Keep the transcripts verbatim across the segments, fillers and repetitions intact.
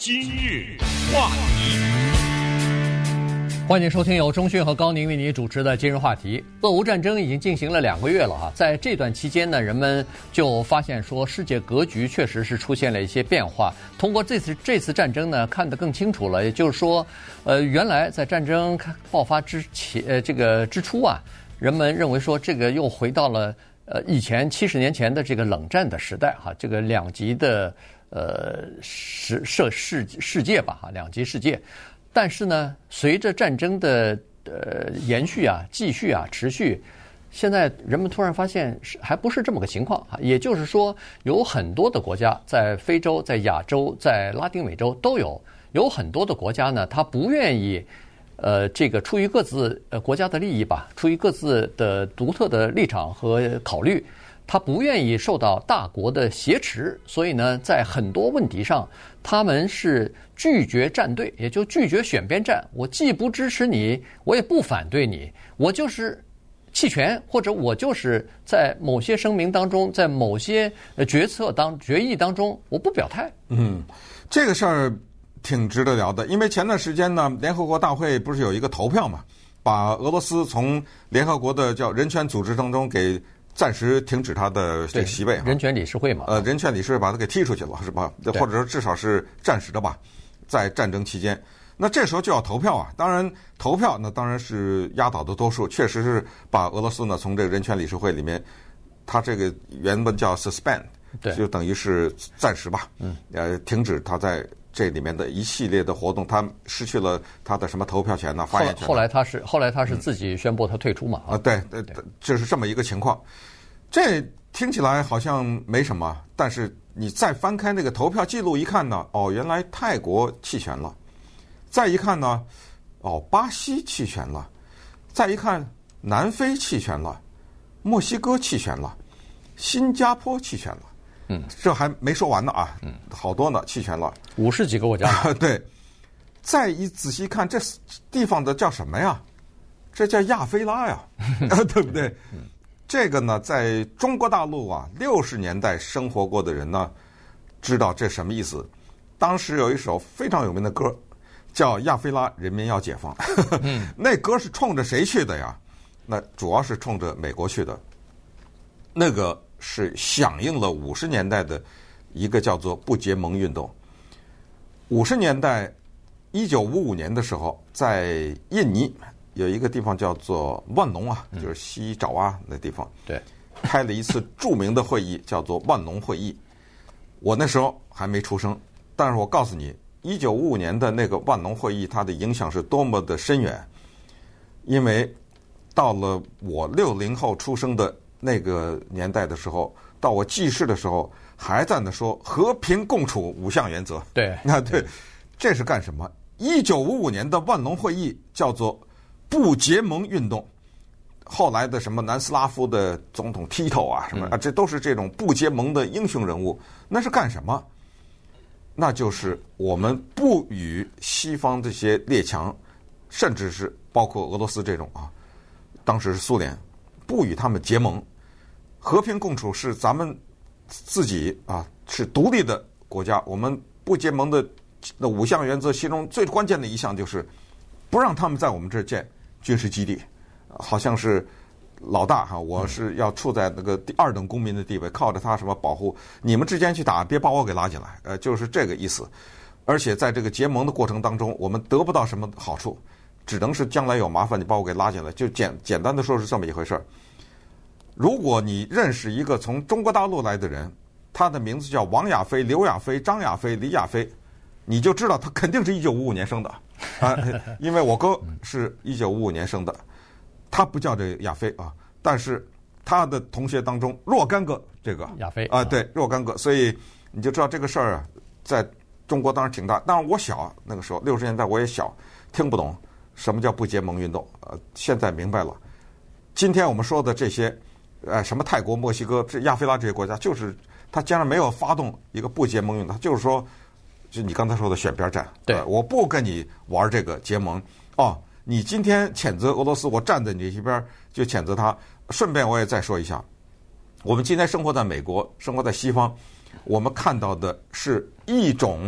今日话题， 欢迎收听由钟迅和高宁为你主持的今日话题。俄乌战争已经进行了两个月了哈，在这段期间呢，人们就发现说世界格局确实是出现了一些变化。通过这次这次战争呢，看得更清楚了，也就是说，呃，原来在战争爆发之前，呃，这个之初啊，人们认为说这个又回到了呃以前七十年前的这个冷战的时代哈，这个两极的。呃，世世世世界吧，哈，两极世界。但是呢，随着战争的呃延续啊、继续啊、持续，现在人们突然发现是还不是这么个情况啊。也就是说，有很多的国家在非洲、在亚洲、在拉丁美洲都有，有很多的国家呢，他不愿意，呃，这个出于各自呃国家的利益吧，出于各自的独特的立场和考虑。他不愿意受到大国的挟持，所以呢，在很多问题上，他们是拒绝站队，也就拒绝选边站。我既不支持你，我也不反对你，我就是弃权，或者我就是在某些声明当中，在某些决策当决议当中，我不表态。 嗯，这个事儿挺值得聊的，因为前段时间呢，联合国大会不是有一个投票嘛，把俄罗斯从联合国的叫人权组织当中给暂时停止他的这个席位， 人权理事会嘛， 呃，人权理事会把他给踢出去了，是吧？或者说至少是暂时的吧，在战争期间，那这时候就要投票啊。当然，投票那当然是压倒的多数，确实是把俄罗斯呢从这个人权理事会里面，他这个原文叫 suspend， 就等于是暂时吧，嗯，呃，停止他在这里面的一系列的活动，他失去了他的什么投票权呐、发言权。 后来他是后来他是自己宣布他退出嘛？ 啊，对对，就是这么一个情况。这听起来好像没什么，但是你再翻开那个投票记录一看呢，哦，原来泰国弃权了；再一看呢，哦，巴西弃权了；再一看，南非弃权了，墨西哥弃权了，新加坡弃权了。嗯，这还没说完呢啊，嗯，好多呢，弃权了， 五十几个国家。 对，再一仔细看，这地方的叫什么呀？这叫亚非拉呀，对不对？嗯，这个呢，在中国大陆啊，六十年代生活过的人呢，知道这什么意思。当时有一首非常有名的歌，叫《亚非拉人民要解放》。嗯，那歌是冲着谁去的呀？那主要是冲着美国去的。那个是响应了五十年代的一个叫做不结盟运动。五十年代，一九五五年的时候，在印尼有一个地方叫做万隆啊，就是西爪哇那地方， 对， 开了一次著名的会议，叫做万隆会议。我那时候还没出生，但是我告诉你，一九五五年的那个万隆会议，它的影响是多么的深远。因为到了我六零后出生的那个年代的时候，到我记事的时候，还在那说和平共处五项原则。 对， 那对，这是干什么？一九五五年的万隆会议叫做不结盟运动。后来的什么南斯拉夫的总统剃头啊，什么啊，这都是这种不结盟的英雄人物。那是干什么？那就是我们不与西方这些列强，甚至是包括俄罗斯这种啊，当时是苏联，不与他们结盟。和平共处是咱们自己啊，是独立的国家。我们不结盟的那五项原则，其中最关键的一项就是不让他们在我们这儿建军事基地，好像是老大哈，我是要处在那个第二等公民的地位，靠着他什么保护你们之间去打，别把我给拉进来，呃，就是这个意思。而且在这个结盟的过程当中，我们得不到什么好处，只能是将来有麻烦你把我给拉进来，就简简单的说是这么一回事儿。如果你认识一个从中国大陆来的人，他的名字叫王亚飞、刘亚飞、张亚飞、李亚飞，你就知道他肯定是一九五五年生的啊，因为我哥是一九五五年生的，他不叫这亚飞啊，但是他的同学当中若干个这个亚飞啊，对，若干个，所以你就知道这个事儿啊，在中国当然挺大。当然我小那个时候六十年代我也小，听不懂什么叫不结盟运动，呃，现在明白了。今天我们说的这些。呃，什么泰国、墨西哥、这亚非拉这些国家，就是他竟然没有发动一个不结盟运动，他就是说，就你刚才说的选边站， 对、 呃，我不跟你玩这个结盟哦。你今天谴责俄罗斯，我站在你这边就谴责他。顺便我也再说一下，我们今天生活在美国，生活在西方，我们看到的是一种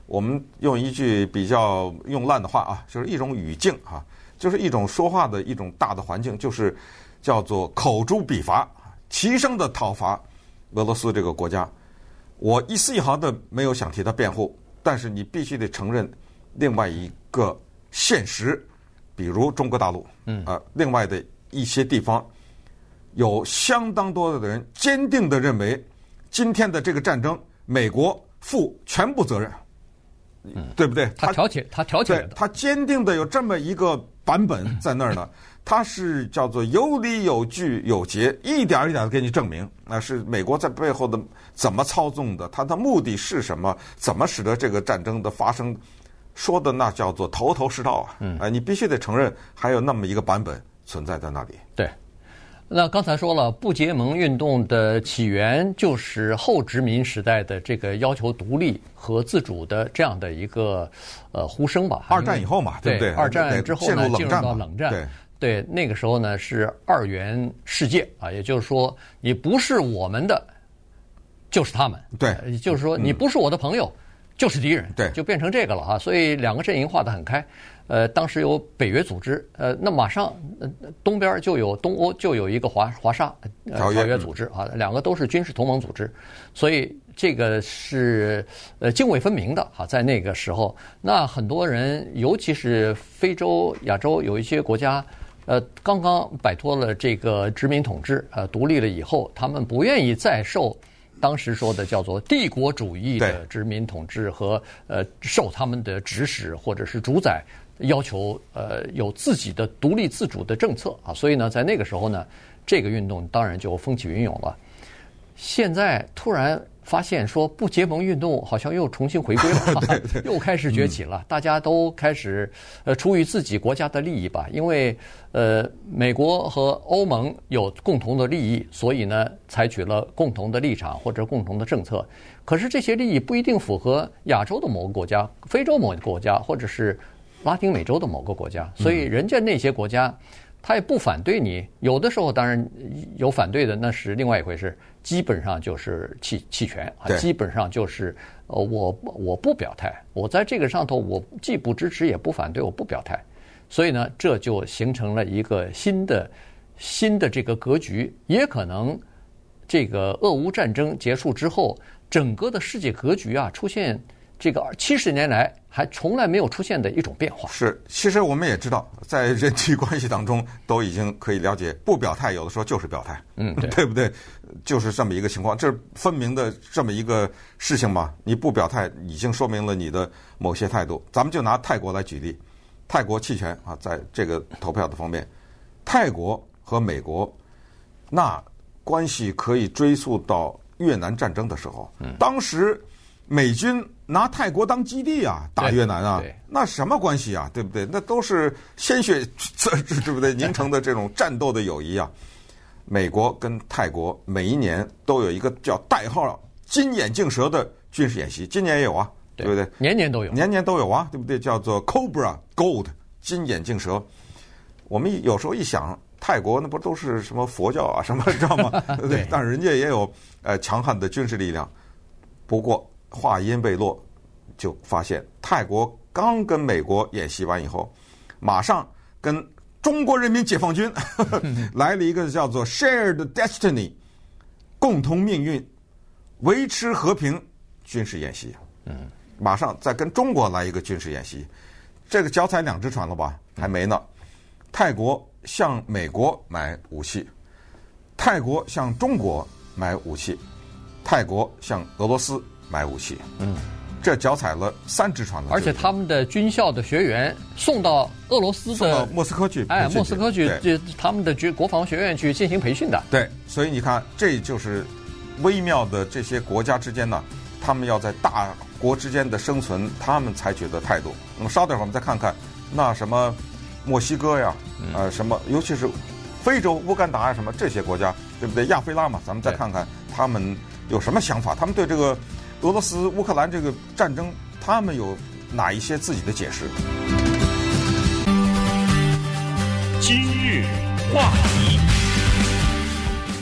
我们用一句比较用烂的话啊，就是一种语境啊，就是一种说话的一种大的环境，就是叫做口诛笔伐，齐声的讨伐俄罗斯这个国家。我一丝一毫的没有想替他辩护，但是你必须得承认另外一个现实，比如中国大陆，嗯啊、呃，另外的一些地方，有相当多的人坚定的认为，今天的这个战争，美国负全部责任，嗯，对不对？ 他挑起，他挑起来的， 他坚定的有这么一个版本在那儿呢。他是叫做有理有据有节，一点一点的给你证明，那是美国在背后的怎么操纵的，他的目的是什么，怎么使得这个战争的发生，说的那叫做头头是道啊！嗯，哎，你必须得承认，还有那么一个版本存在在那里。 对，那刚才说了，不结盟运动的起源就是后殖民时代的这个要求独立和自主的这样的一个呃呼声吧。 二战以后嘛，对不对？ 二战之后呢，进入到冷战。 对。 对，那个时候呢是二元世界啊，也就是说，你不是我们的，就是他们。 对， 也就是说，你不是我的朋友，嗯、就是敌人。 对， 就变成这个了哈。所以两个阵营划得很开。呃，当时有北约组织，呃，那马上、呃、东边就有东欧就有一个华华沙呃条约组织啊，两个都是军事同盟组织，所以这个是呃泾渭分明的哈。在那个时候，那很多人，尤其是非洲、亚洲有一些国家。呃，刚刚摆脱了这个殖民统治，呃，独立了以后，他们不愿意再受当时说的叫做帝国主义的殖民统治和呃受他们的指使或者是主宰，要求呃有自己的独立自主的政策啊。所以呢，在那个时候呢，这个运动当然就风起云涌了。现在突然发现说不结盟运动好像又重新回归了， 对对又开始崛起了。嗯、大家都开始呃出于自己国家的利益吧，因为呃美国和欧盟有共同的利益，所以呢采取了共同的立场或者共同的政策。可是这些利益不一定符合亚洲的某个国家、非洲某个国家或者是拉丁美洲的某个国家，所以人家那些国家。他也不反对你，有的时候当然有反对的，那是另外一回事。基本上就是弃弃权啊，基本上就是呃，我我不表态，我在这个上头我既不支持也不反对，我不表态。所以呢，这就形成了一个新的新的这个格局，也可能这个俄乌战争结束之后，整个的世界格局啊出现。这个七十年来还从来没有出现的一种变化。 是，其实我们也知道，在人际关系当中都已经可以了解，不表态有的时候就是表态， 嗯，对， 对不对？就是这么一个情况，这是分明的这么一个事情嘛。你不表态，已经说明了你的某些态度。咱们就拿泰国来举例，泰国弃权啊，在这个投票的方面，泰国和美国那关系可以追溯到越南战争的时候，嗯、当时美军。拿泰国当基地啊，打越南啊，那什么关系啊，对不对？那都是鲜血，对不对？凝成的这种战斗的友谊啊。美国跟泰国每一年都有一个叫代号“金眼镜蛇”的军事演习，今年也有啊，对不对？ 年年都有， 年年都有啊，对不对？叫做 Cobra Gold 金眼镜蛇。我们有时候一想，泰国那不都是什么佛教啊，什么知道吗？对，但是人家也有呃强悍的军事力量，不过。话音未落，就发现泰国刚跟美国演习完以后，马上跟中国人民解放军呵呵来了一个叫做 Shared Destiny 共同命运维持和平军事演习。嗯，马上再跟中国来一个军事演习，这个脚踩两只船了吧？还没呢。泰国向美国买武器，泰国向中国买武器，泰国向俄罗斯。买武器，嗯，这脚踩了三只船了， 而且他们的军校的学员送到俄罗斯的送到莫斯科去， 哎，莫斯科去，这他们的军国防学院去进行培训的。 对，所以你看，这就是微妙的这些国家之间呢，他们要在大国之间的生存，他们采取的态度。那么稍等会儿我们再看看，那什么墨西哥呀，呃，什么，尤其是非洲乌干达呀，什么这些国家，对不对？亚非拉嘛，咱们再看看他们有什么想法，他们对这个。俄罗斯、乌克兰这个战争，他们有哪一些自己的解释？ 今日话题，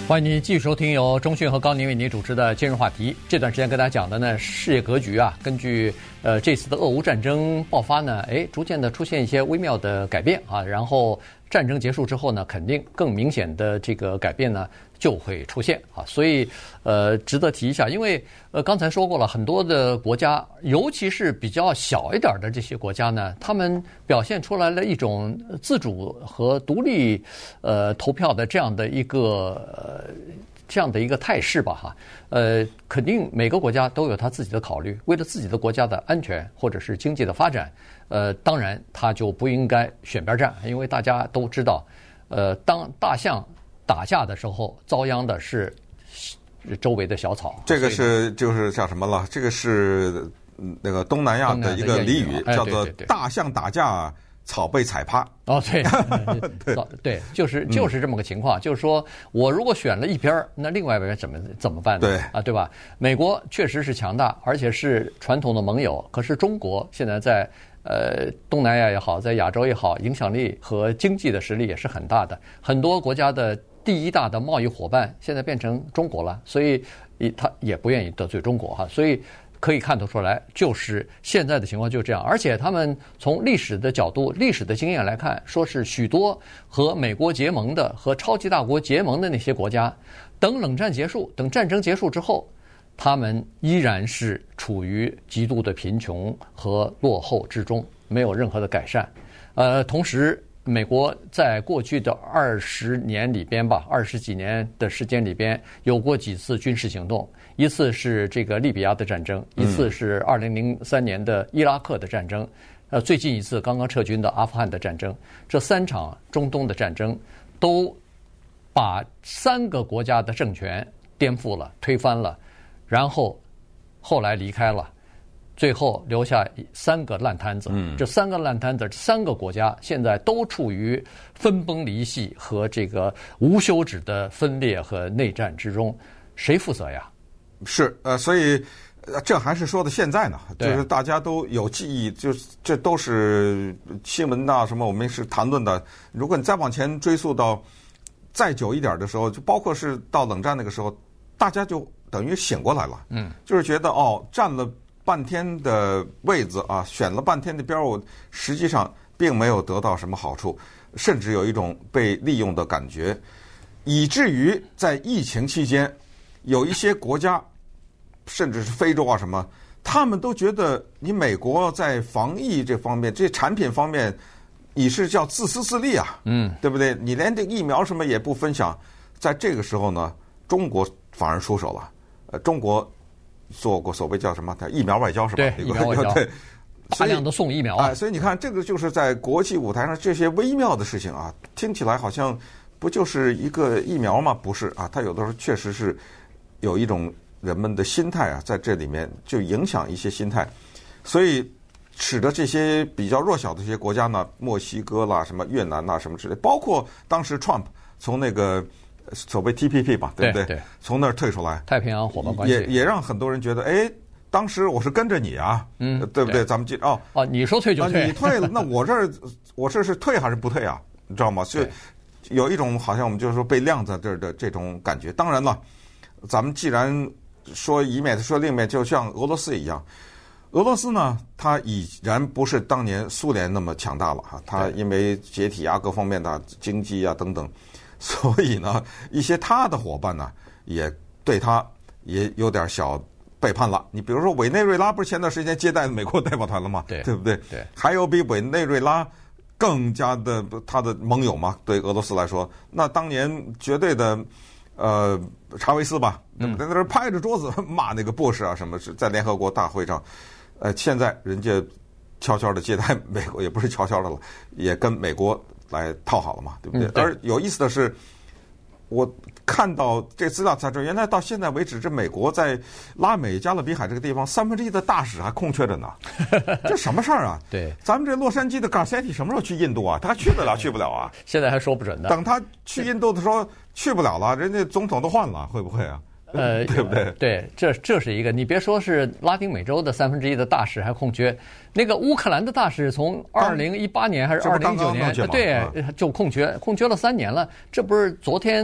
欢迎您继续收听由钟讯和高宁为您主持的今日话题。这段时间跟大家讲的呢，世界格局啊，根据呃这次的俄乌战争爆发呢，哎，逐渐的出现一些微妙的改变啊。然后战争结束之后呢，肯定更明显的这个改变呢就会出现啊。所以呃，值得提一下，因为呃刚才说过了，很多的国家，尤其是比较小一点的这些国家呢，他们表现出来了一种自主和独立呃投票的这样的一个。呃这样的一个态势吧，哈，呃，肯定每个国家都有他自己的考虑，为了自己的国家的安全或者是经济的发展，呃，当然他就不应该选边站，因为大家都知道，呃，当大象打架的时候，遭殃的是周围的小草。 这个是就是叫什么了？这个是那个东南亚的一个俚语，叫做“大象打架”。草被踩趴哦，对，对，对，就是就是这么个情况。嗯、就是说我如果选了一边，那另外一边怎么怎么办呢？ 对啊，对吧？美国确实是强大，而且是传统的盟友。可是中国现在在呃东南亚也好，在亚洲也好，影响力和经济的实力也是很大的。很多国家的第一大的贸易伙伴现在变成中国了，所以他也不愿意得罪中国哈，所以。可以看得出来，就是现在的情况就这样。而且他们从历史的角度、历史的经验来看，说是许多和美国结盟的、和超级大国结盟的那些国家，等冷战结束、等战争结束之后，他们依然是处于极度的贫穷和落后之中，没有任何的改善。呃，同时，美国在过去的二十年里边吧，二十几年的时间里边，有过几次军事行动。一次是这个利比亚的战争，一次是二零零三年的伊拉克的战争，呃，最近一次刚刚撤军的阿富汗的战争。这三场中东的战争都把三个国家的政权颠覆了、推翻了，然后后来离开了，最后留下三个烂摊子。嗯，这三个烂摊子，三个国家现在都处于分崩离析和这个无休止的分裂和内战之中，谁负责呀？ 是呃，所以这还是说的现在呢，就是大家都有记忆，就是这都是新闻呐什么，我们是谈论的。如果你再往前追溯到再久一点的时候，就包括是到冷战那个时候，大家就等于醒过来了，嗯，就是觉得哦，占了半天的位子啊，选了半天的边儿，我实际上并没有得到什么好处，甚至有一种被利用的感觉，以至于在疫情期间。有一些国家，甚至是非洲啊什么，他们都觉得你美国在防疫这方面、这产品方面，你是叫自私自利啊，嗯，对不对？你连这疫苗什么也不分享，在这个时候呢，中国反而出手了。呃，中国做过所谓叫什么疫苗外交是吧？ 对，疫苗外交， 对， 大量的送疫苗啊、 哎。所以你看，这个就是在国际舞台上这些微妙的事情啊，听起来好像不就是一个疫苗吗？不是啊，它有的时候确实是。有一种人们的心态啊，在这里面就影响一些心态，所以使得这些比较弱小的这些国家呢，墨西哥啦、什么越南呐、什么之类，包括当时 Trump 从那个所谓 T P P 吧，对不对？ 对对， 从那儿退出来， 太平洋伙伴关系， 也也让很多人觉得，哎，当时我是跟着你啊，嗯，对不对？对咱们记哦哦，你说退就退， 啊、你退了，那我这儿我这是退还是不退啊？你知道吗？所以有一种好像我们就是说被晾在这儿的这种感觉。当然了。咱们既然说一面说另一面，就像俄罗斯一样，俄罗斯呢，它已然不是当年苏联那么强大了哈，它因为解体啊，各方面的经济啊等等，所以呢，一些他的伙伴呢，也对他也有点小背叛了。你比如说委内瑞拉，不是前段时间接待美国代表团了吗？ 对， 对不对？ 对， 还有比委内瑞拉更加的他的盟友嘛，对俄罗斯来说，那当年绝对的。呃，查韦斯吧，在那儿拍着桌子骂那个布什啊，什么是在联合国大会上，呃，现在人家悄悄的接待美国，也不是悄悄的了，也跟美国来套好了嘛，对不对？嗯、对而有意思的是，我看到这资料才知道，原来到现在为止，这美国在拉美加勒比海这个地方三分之一的大使还空缺着呢，这什么事儿啊？ 对， 咱们这洛杉矶的 Garcetti 什么时候去印度啊？他去得了去不了啊？ 现在还说不准呢。 等他去印度的时候。去不了了，人家总统都换了，会不会啊？ 呃， 对不对？ 对，这这是一个。你别说是拉丁美洲的三分之一的大使还空缺，那个乌克兰的大使从二零一八年还是二零一九年，对，就空缺，空缺了三年了。这不是昨天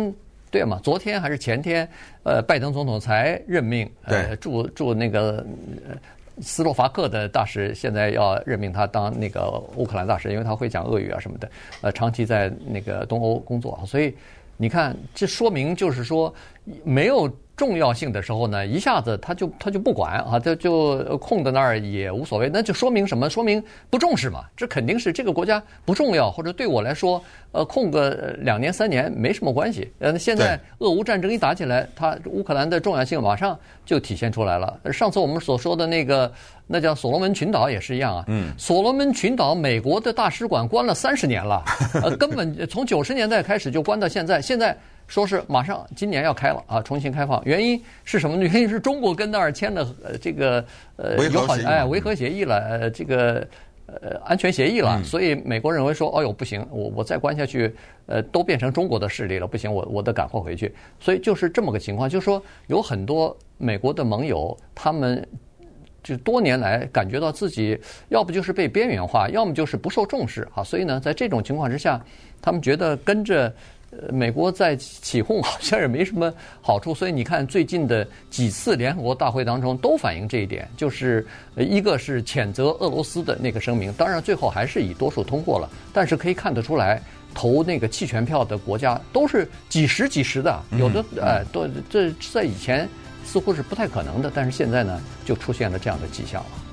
对吗？昨天还是前天，呃，拜登总统才任命呃驻驻那个呃斯洛伐克的大使，现在要任命他当那个乌克兰大使，因为他会讲俄语啊什么的，呃，长期在那个东欧工作，所以你看，这说明就是说没有重要性的时候呢，一下子他就他就不管啊，他就空在那儿也无所谓，那就说明什么？说明不重视嘛。这肯定是这个国家不重要，或者对我来说，呃，空个两年三年没什么关系。呃，现在俄乌战争一打起来，它乌克兰的重要性马上就体现出来了。上次我们所说的那个，那叫所罗门群岛也是一样啊。嗯。所罗门群岛美国的大使馆关了三十年了，呃，根本从九十年代开始就关到现在，现在。说是马上今年要开了啊，重新开放。原因是什么呢？原因是中国跟那儿签了呃这个呃友好哎维和协议了，呃这个呃安全协议了，嗯、所以美国认为说，哦哟不行，我我再关下去，呃都变成中国的势力了，不行，我我得赶快回去。所以就是这么个情况，就是说有很多美国的盟友，他们就多年来感觉到自己要不就是被边缘化，要么就是不受重视啊。所以呢，在这种情况之下，他们觉得跟着。呃，美国在起哄好像也没什么好处，所以你看最近的几次联合国大会当中都反映这一点，就是一个是谴责俄罗斯的那个声明，当然最后还是以多数通过了，但是可以看得出来，投那个弃权票的国家都是几十几十的，有的呃，都这在以前似乎是不太可能的，但是现在呢，就出现了这样的迹象了。